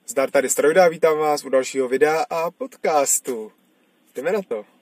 Zdar, tady Strojda, vítám vás u dalšího videa a podcastu. Jdeme na to.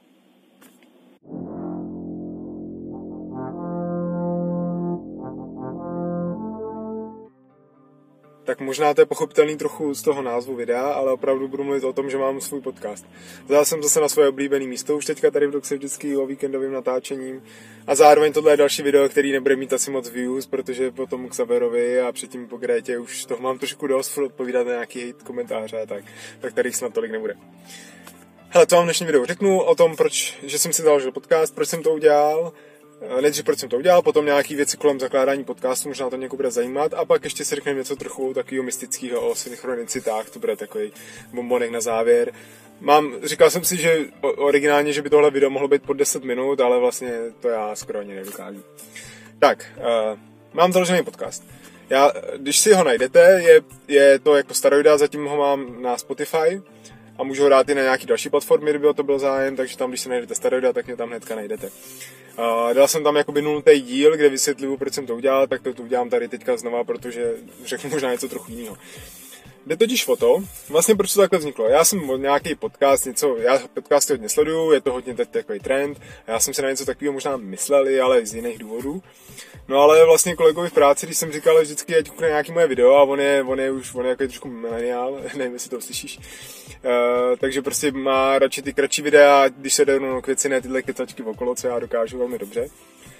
Tak možná to je pochopitelný trochu z toho názvu videa, ale opravdu budu mluvit o tom, že mám svůj podcast. Zadal jsem zase na svoje oblíbené místo, už teďka tady v Doxe vždycky o víkendovým natáčením. A zároveň tohle je další video, který nebude mít asi moc views, protože potom k Xaverovi a předtím po Grétě už toho mám trošku dost, odpovídat na nějaký hate komentáře a tak tady snad tolik nebude. Hele, co vám v dnešním videu řeknu o tom, že jsem si založil podcast, proč jsem to udělal. Nejdřív proč jsem to udělal, potom nějaký věci kolem zakládání podcastu, možná to někoho bude zajímat, a pak ještě si řekneme něco trochu takového mystického o synchronicitách, to bude takový bombonek na závěr. Říkal jsem si, že originálně, že by tohle video mohlo být pod 10 minut, ale vlastně to já skoro ani nedokážu. Tak, mám založený podcast. Když si ho najdete, je to jako Staroida, zatím ho mám na Spotify a můžu ho dát i na nějaký další platformy, kdyby o to byl zájem, takže tam, když si najdete Staroida, tak mě tam hnedka najdete. Dal jsem tam jakoby 0. díl, kde vysvětluju, proč jsem to udělal, tak to udělám tady teďka znova, protože řeknu možná něco trochu jiného. Jde totiž o to, vlastně proč to takhle vzniklo. Já jsem nějaký podcast, já podcasty hodně sleduju, je to hodně takový trend, a já jsem si na něco takového možná myslel, ale z jiných důvodů. No ale vlastně kolegovi v práci, když jsem říkal, že vždycky ať ukne nějaký moje video, a on je jako trošku mileniál, nevím, jestli to slyšíš, takže prostě má radši ty kratší videa, když se jde k věci, ne tyhle kecačky okolo, co já dokážu velmi dobře.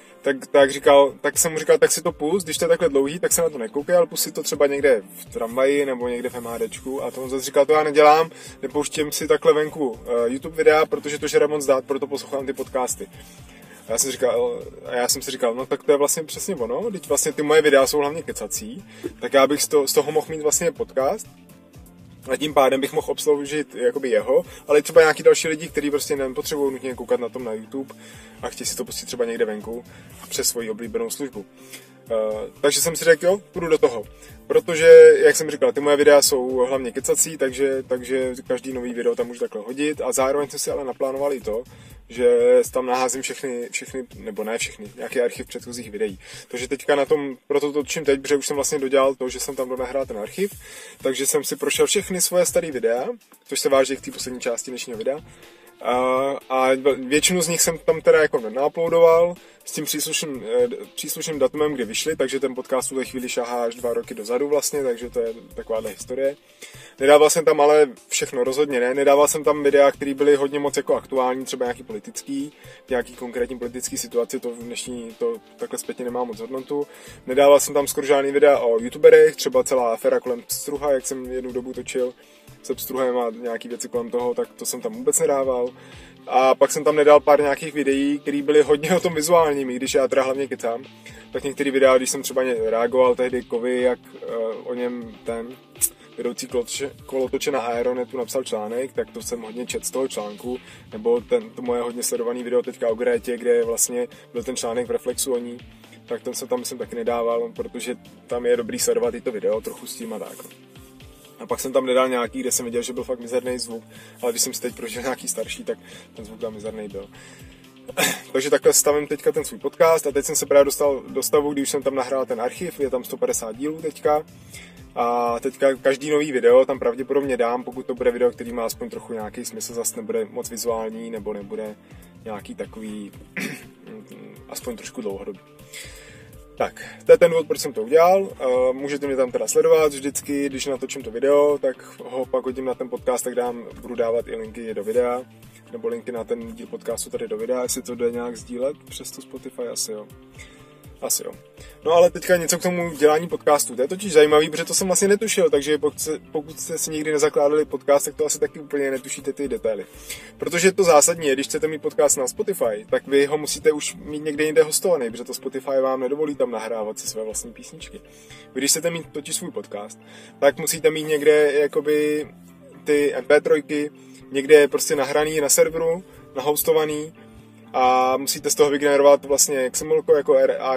Tak jsem mu říkal, tak si to pust, když to je takhle dlouhý, tak se na to nekoukej, ale pust si to třeba někde v tramvaji nebo někde v MHDčku, a to on zase říkal, to já nedělám, nepouštím si takhle venku YouTube videa, protože to žere moc dát, proto poslouchám ty podcasty. A já jsem si říkal, no tak to je vlastně přesně ono, teď vlastně ty moje videa jsou hlavně kecací, tak já bych z toho mohl mít vlastně podcast, a tím pádem bych mohl obsloužit jakoby jeho, ale třeba nějaký další lidi, kteří prostě nepotřebují nutně koukat na tom na YouTube a chtějí si to pustit třeba někde venku přes svoji oblíbenou službu. Takže jsem si řekl, jo, půjdu do toho. Protože, jak jsem říkal, ty moje videa jsou hlavně kecací, takže každý nový video tam můžu takhle hodit, a zároveň jsem si ale naplánoval i to, že tam naházím všechny, nebo ne všechny, nějaký archiv předchozích videí. Takže teďka proto to točím teď, protože už jsem vlastně dodělal to, že jsem tam nahrál ten archiv, takže jsem si prošel všechny svoje staré videa, což se váží k té poslední části dnešního videa. A většinu z nich jsem tam teda jako nauploadoval s tím příslušným datumem, kdy vyšly, takže ten podcast v té chvíli šahá až 2 roky dozadu vlastně, takže to je takováhle historie. Nedával jsem tam ale všechno, rozhodně ne. Nedával jsem tam videa, které byly hodně moc jako aktuální, třeba nějaký konkrétní politický situaci, to v dnešní, to takhle zpětně nemá moc hodnotu. Nedával jsem tam skoro žádný videa o youtuberech, třeba celá aféra kolem Pstruha, jak jsem jednu dobu točil se Pstruhem a nějaký věci kolem toho, tak to jsem tam vůbec nedával. A pak jsem tam nedal pár nějakých videí, které byly hodně o tom vizuálním, i když já teda hlavně kecám. Tak některé videa, když jsem třeba reagoval tehdy Kovy, jak o něm ten vedoucí kolotoče na Aeronetu napsal článek, tak to jsem hodně čet z toho článku, nebo to moje hodně sledované video teďka o Grétě, kde vlastně byl ten článek v Reflexu o ní, tak ten jsem tam taky nedával, protože tam je dobrý sledovat i to video, trochu s tím a tak. A pak jsem tam nedal nějaký, kde jsem viděl, že byl fakt mizerný zvuk, ale když jsem si teď prožil nějaký starší, tak ten zvuk tam mizerný byl. Takže takhle stavím teďka ten svůj podcast, a teď jsem se právě dostal do stavu, když jsem tam nahrál ten archiv, je tam 150 dílů teďka. A teďka každý nový video tam pravděpodobně dám, pokud to bude video, který má aspoň trochu nějaký smysl, zase nebude moc vizuální, nebo nebude nějaký takový aspoň trošku dlouhodobý. Tak, to je ten důvod, proč jsem to udělal. Můžete mě tam teda sledovat vždycky, když natočím to video, tak ho pak hodím na ten podcast, tak budu dávat i linky do videa, nebo linky na ten díl podcastu tady do videa, jestli to jde nějak sdílet přes to Spotify, asi jo. No ale teďka něco k tomu dělání podcastu. To je totiž zajímavý, protože to jsem vlastně netušil, takže pokud jste si nikdy nezakládali podcast, tak to asi taky úplně netušíte ty detaily. Protože to zásadní je, když chcete mít podcast na Spotify, tak vy ho musíte už mít někde jinde hostovaný, protože to Spotify vám nedovolí tam nahrávat si své vlastní písničky. Vy když chcete mít totiž svůj podcast, tak musíte mít někde jakoby ty MP3, někde prostě nahraný na serveru, nahostovaný, a musíte z toho vygenerovat vlastně XML jako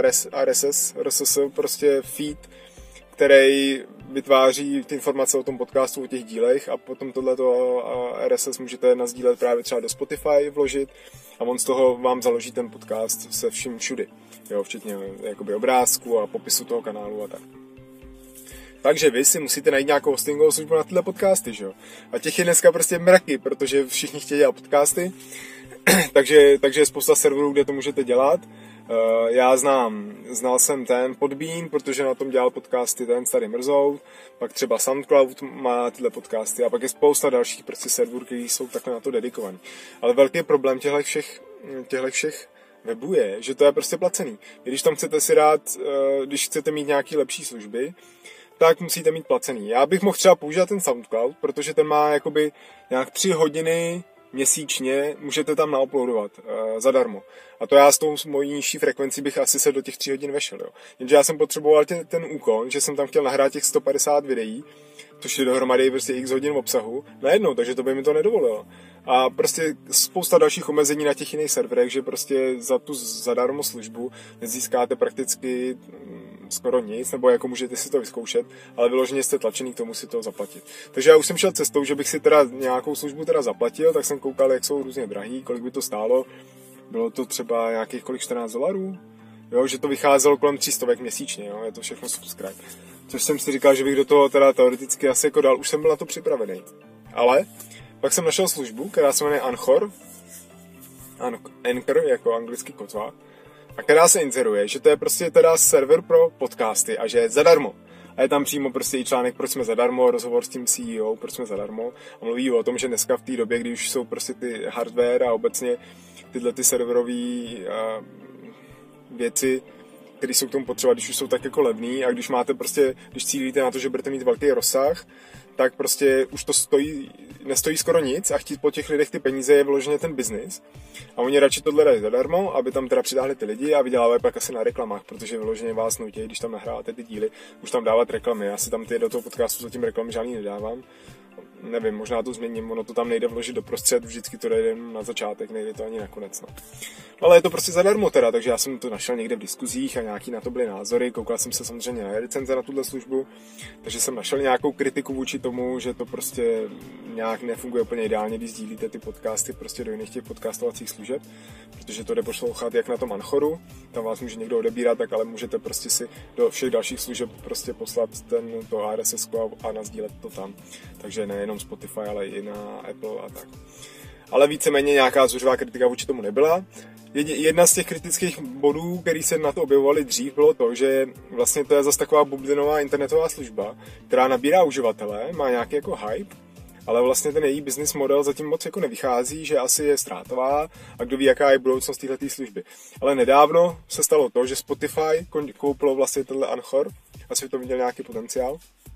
RSS, prostě feed, který vytváří ty informace o tom podcastu, o těch dílech, a potom tohleto RSS můžete nasdílet právě třeba do Spotify vložit, a on z toho vám založí ten podcast se vším všudy, jo, včetně jakoby obrázku a popisu toho kanálu a tak. Takže vy si musíte najít nějakou hostingovou službu na tyhle podcasty, že jo? A těch je dneska prostě mraky, protože všichni chtějí dělat podcasty, takže je spousta serverů, kde to můžete dělat. Já znal jsem ten Podbean, protože na tom dělal podcasty ten Starý Mrzout, pak třeba SoundCloud má tyhle podcasty a pak je spousta dalších prostě serverů, kteří jsou takhle na to dedikovaní. Ale velký problém těchto všech webů je, že to je prostě placený. Když tam chcete si dát, když chcete mít nějaké lepší služby, tak musíte mít placený. Já bych mohl třeba používat ten SoundCloud, protože ten má jakoby nějak 3 hodiny měsíčně můžete tam nauploadovat zadarmo. A to já s tou mojí nižší frekvencí bych asi se do těch 3 hodin vešel. Jo. Jenže já jsem potřeboval ten úkon, že jsem tam chtěl nahrát těch 150 videí, což je dohromady prostě x hodin obsahu, najednou, takže to by mi to nedovolilo. A prostě spousta dalších omezení na těch jiných serverech, že prostě za tu zadarmo službu nezískáte prakticky skoro nic, nebo jako můžete si to vyzkoušet, ale vyloženě jste tlačený k tomu si to zaplatit. Takže já už jsem šel cestou, že bych si teda nějakou službu teda zaplatil, tak jsem koukal, jak jsou různě drahý, kolik by to stálo. Bylo to třeba nějakých $14, jo, že to vycházelo kolem 300 měsíčně, jo, je to všechno subscribe. Což jsem si říkal, že bych do toho teda teoreticky asi jako dal, už jsem byl na to připravený. Ale pak jsem našel službu, která se jmenuje Anchor, jako anglický kotvá, a která se inzeruje, že to je prostě teda server pro podcasty a že je zadarmo. A je tam přímo prostě i článek, proč jsme zadarmo, rozhovor s tím CEO, proč jsme zadarmo. A mluví o tom, že dneska v té době, kdy už jsou prostě ty hardware a obecně tyhle ty serverové věci, které jsou k tomu potřeba, když už jsou tak jako levný a když máte prostě, když cílíte na to, že budete mít velký rozsah, tak prostě už to nestojí skoro nic a chtít po těch lidech ty peníze je vyloženě ten biznis. A oni radši tohle dají zadarmo, aby tam teda přitáhli ty lidi a vydělávají pak asi na reklamách, protože vyloženě vás nutí, když tam nahráváte ty díly, už tam dávat reklamy. Já si tam do toho podcastu zatím reklamy žádný nedávám. Nevím, možná to změním, ono to tam nejde vložit doprostřed, vždycky to jde na začátek, nejde to ani nakonec. No. Ale je to prostě zadarmo teda, takže já jsem to našel někde v diskuzích a nějaký na to byly názory, koukal jsem se samozřejmě na recenze na tuhle službu, takže jsem našel nějakou kritiku vůči tomu, že to prostě nějak nefunguje úplně ideálně, když sdílíte ty podcasty prostě do jiných těch podcastovacích služeb, protože to jde poslouchat jak na tom Anchoru, tam vás může někdo odebírat, tak ale můžete prostě si do všech dalších služeb prostě poslat to RSS a nasdílet to tam. Takže nejenom Spotify, ale i na Apple a tak. Ale víceméně nějaká zuřivá kritika vůči tomu nebyla. Jedna z těch kritických bodů, který se na to objevovaly dřív, bylo to, že vlastně to je zase taková bublinová internetová služba, která nabírá uživatele, má nějaký jako hype, ale vlastně ten její business model zatím moc jako nevychází, že asi je ztrátová a kdo ví, jaká je budoucnost téhleté služby. Ale nedávno se stalo to, že Spotify koupilo vlastně tenhle Anchor, asi to viděl nějaký potenciál.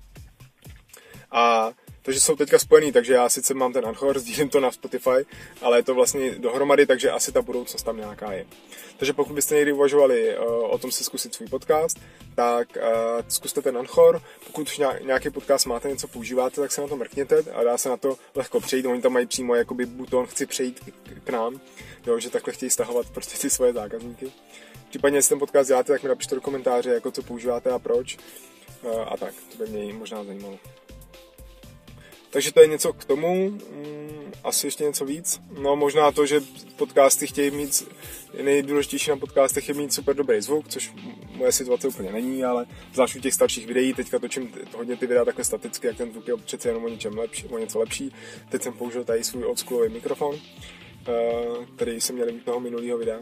A takže jsou teďka spojený, takže já sice mám ten Anchor, sdílím to na Spotify, ale je to vlastně dohromady, takže asi ta budoucnost tam nějaká je. Takže pokud byste někdy uvažovali o tom si zkusit svůj podcast, tak zkuste ten Anchor. Pokud už nějaký podcast máte, něco používáte, tak se na to mrkněte a dá se na to lehko přejít. Oni tam mají přímo jakoby buton chci přejít k nám, jo, že takhle chtějí stahovat prostě ty svoje zákazníky. Případně, jestli ten podcast děláte, tak mi napište do komentáře, jako co používáte a proč. A tak, to by mě možná zajímalo. Takže to je něco k tomu, asi ještě něco víc. No možná to, že podcasty chtějí mít, nejdůležitější na podcastech je mít super dobrý zvuk, což moje situace úplně není, ale zvlášť u těch starších videí, teďka točím hodně ty videa takhle staticky, jak ten zvuk je přece jenom o něco lepší. Teď jsem použil tady svůj oldschoolový mikrofon, který jsem měl u toho minulého videa.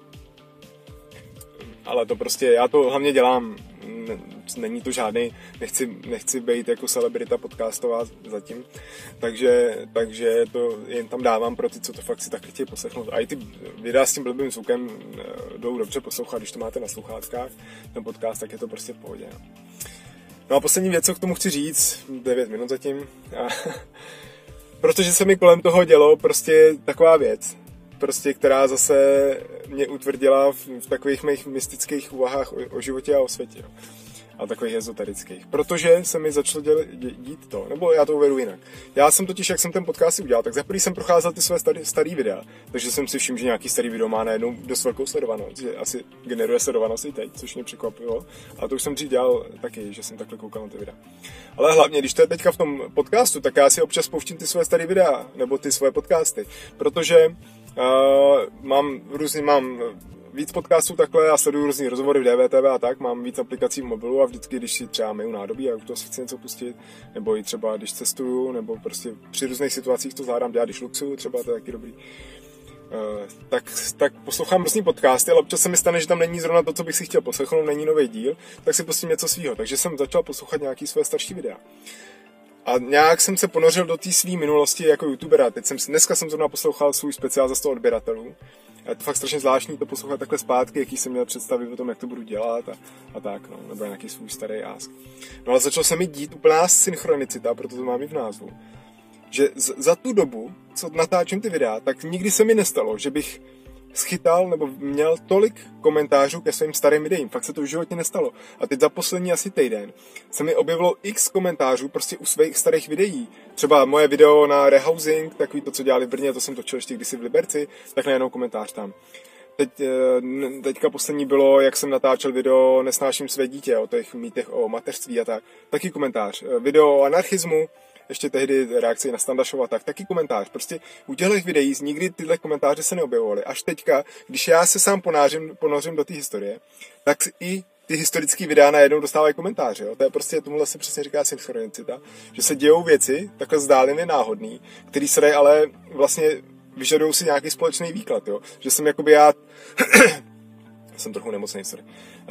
Ale to prostě, já to hlavně dělám, není to žádný, nechci být jako celebrita podcastová zatím, takže to jen tam dávám pro ty, co to fakt si tak chtějí poslechnout. A i ty videa s tím blbým zvukem jdou dobře poslouchat, když to máte na sluchátkách, ten podcast, tak je to prostě v pohodě. No a poslední věc, co k tomu chci říct, 9 minut zatím, protože se mi kolem toho dělo prostě taková věc, prostě, která zase mě utvrdila v takových mých mystických úvahách o životě a o světě. Jo. A takových ezoterických. Protože se mi začalo dít to, nebo já to uvedu jinak. Já jsem totiž, jak jsem ten podcast udělal, tak za prvý jsem procházel ty své starý videa, takže jsem si všiml, že nějaký starý video má najednou dost velkou sledovanost, že asi generuje sledovanost i teď, což mě překvapilo. A to už jsem dřív dělal taky, že jsem takhle koukal na ty videa. Ale hlavně, když to je teďka v tom podcastu, tak já si občas pouštím ty své staré videa, nebo ty svoje podcasty, protože mám víc podcastů takhle, já sleduju různý rozhovory v DVTV a tak, mám víc aplikací v mobilu a vždycky, když si třeba myju nádobí a to si chci něco pustit, nebo i třeba když cestuju, nebo prostě při různých situacích to zvládám dělat, když luxuju, třeba to je taky dobrý. Tak poslouchám různý podcasty, ale občas se mi stane, že tam není zrovna to, co bych si chtěl poslechnout, není nový díl, tak si pustím něco svýho. Takže jsem začal poslouchat nějaký své starší videa. A nějak jsem se ponořil do té své minulosti jako youtubera. Dneska jsem zrovna poslouchal svůj speciál za 100 odběratelů. A je to fakt strašně zvláštní to poslouchat takhle zpátky, jaký jsem měl představy o tom, jak to budu dělat a tak, no, nebo nějaký svůj starý ask. No ale začalo se mi dít úplná synchronicita, proto to mám i v názvu. Že za tu dobu, co natáčím ty videa, tak nikdy se mi nestalo, že bych schytal nebo měl tolik komentářů ke svým starým videím. Fakt se to v životě nestalo. A teď za poslední asi týden se mi objevilo x komentářů prostě u svých starých videí. Třeba moje video na rehousing, takový to, co dělali v Brně, to jsem točil ještě kdysi v Liberci, tak najednou komentář tam. Teďka poslední bylo, jak jsem natáčel video Nesnáším své dítě, o těch mýtech o mateřství a tak. Taky komentář. Video o anarchismu, ještě tehdy reakce na Standašova, taky komentář. Prostě u těchto videí nikdy tyhle komentáře se neobjevovaly. Až teďka, když já se sám ponořím do té historie, tak i ty historické videa najednou dostávají komentáře. Jo? To je prostě, tomuhle se přesně říká synchronicita, že se dějou věci takhle zdálivě náhodný, které se dají ale vlastně vyžadují si nějaký společný výklad. Jo? Že jsem jakoby já... jsem trochu nemocný, sorry.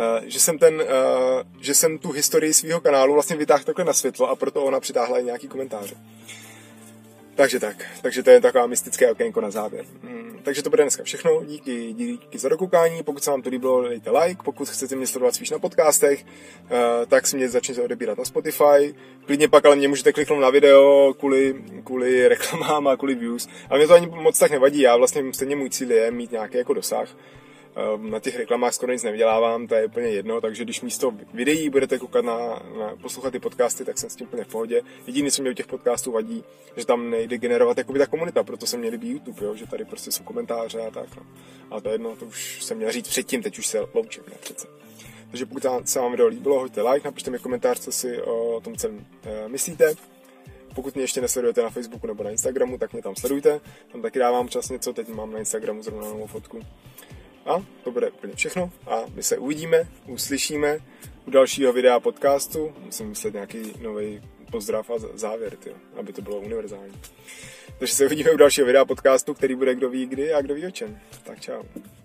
Že jsem tu historii svého kanálu vlastně vytáhl takhle na světlo a proto ona přitáhla i nějaký komentáře. Takže to je taková mystické okénko na závěr. Takže to bude dneska všechno. Díky za dokoukání. Pokud se vám to líbilo, dejte like. Pokud chcete mě sledovat spíš na podcastech, tak si mě začněte odebírat na Spotify. Klidně pak, ale mě můžete kliknout na video kvůli reklamám a kvůli views. Ale mě to ani moc tak nevadí. Já vlastně stejně můj cíl je mít nějaký jako dosah. Na těch reklamách skoro nic nevydělávám, to je úplně jedno, takže když místo videí budete koukat poslouchat ty podcasty, tak jsem s tím úplně v pohodě. Jediné, co mě u těch podcastů vadí, že tam nejde generovat jakoby ta komunita, proto se mě líbí YouTube, jo? Že tady prostě jsou komentáře a tak. No. Ale to je jedno, to už jsem měl říct předtím, teď už se loučím, ne přece. Takže pokud se vám video líbilo, hoďte like, napište mi komentář, co si o tom celém myslíte. Pokud mě ještě nesledujete na Facebooku nebo na Instagramu, tak mě tam sledujte. Tam taky dávám čas něco, teď mám na Instagramu zrovna novou fotku. A to bude úplně všechno a my se uvidíme, uslyšíme u dalšího videa podcastu. Musím myslet nějaký nový pozdrav a závěr, aby to bylo univerzální. Takže se uvidíme u dalšího videa podcastu, který bude kdo ví kdy a kdo ví o čem. Tak čau.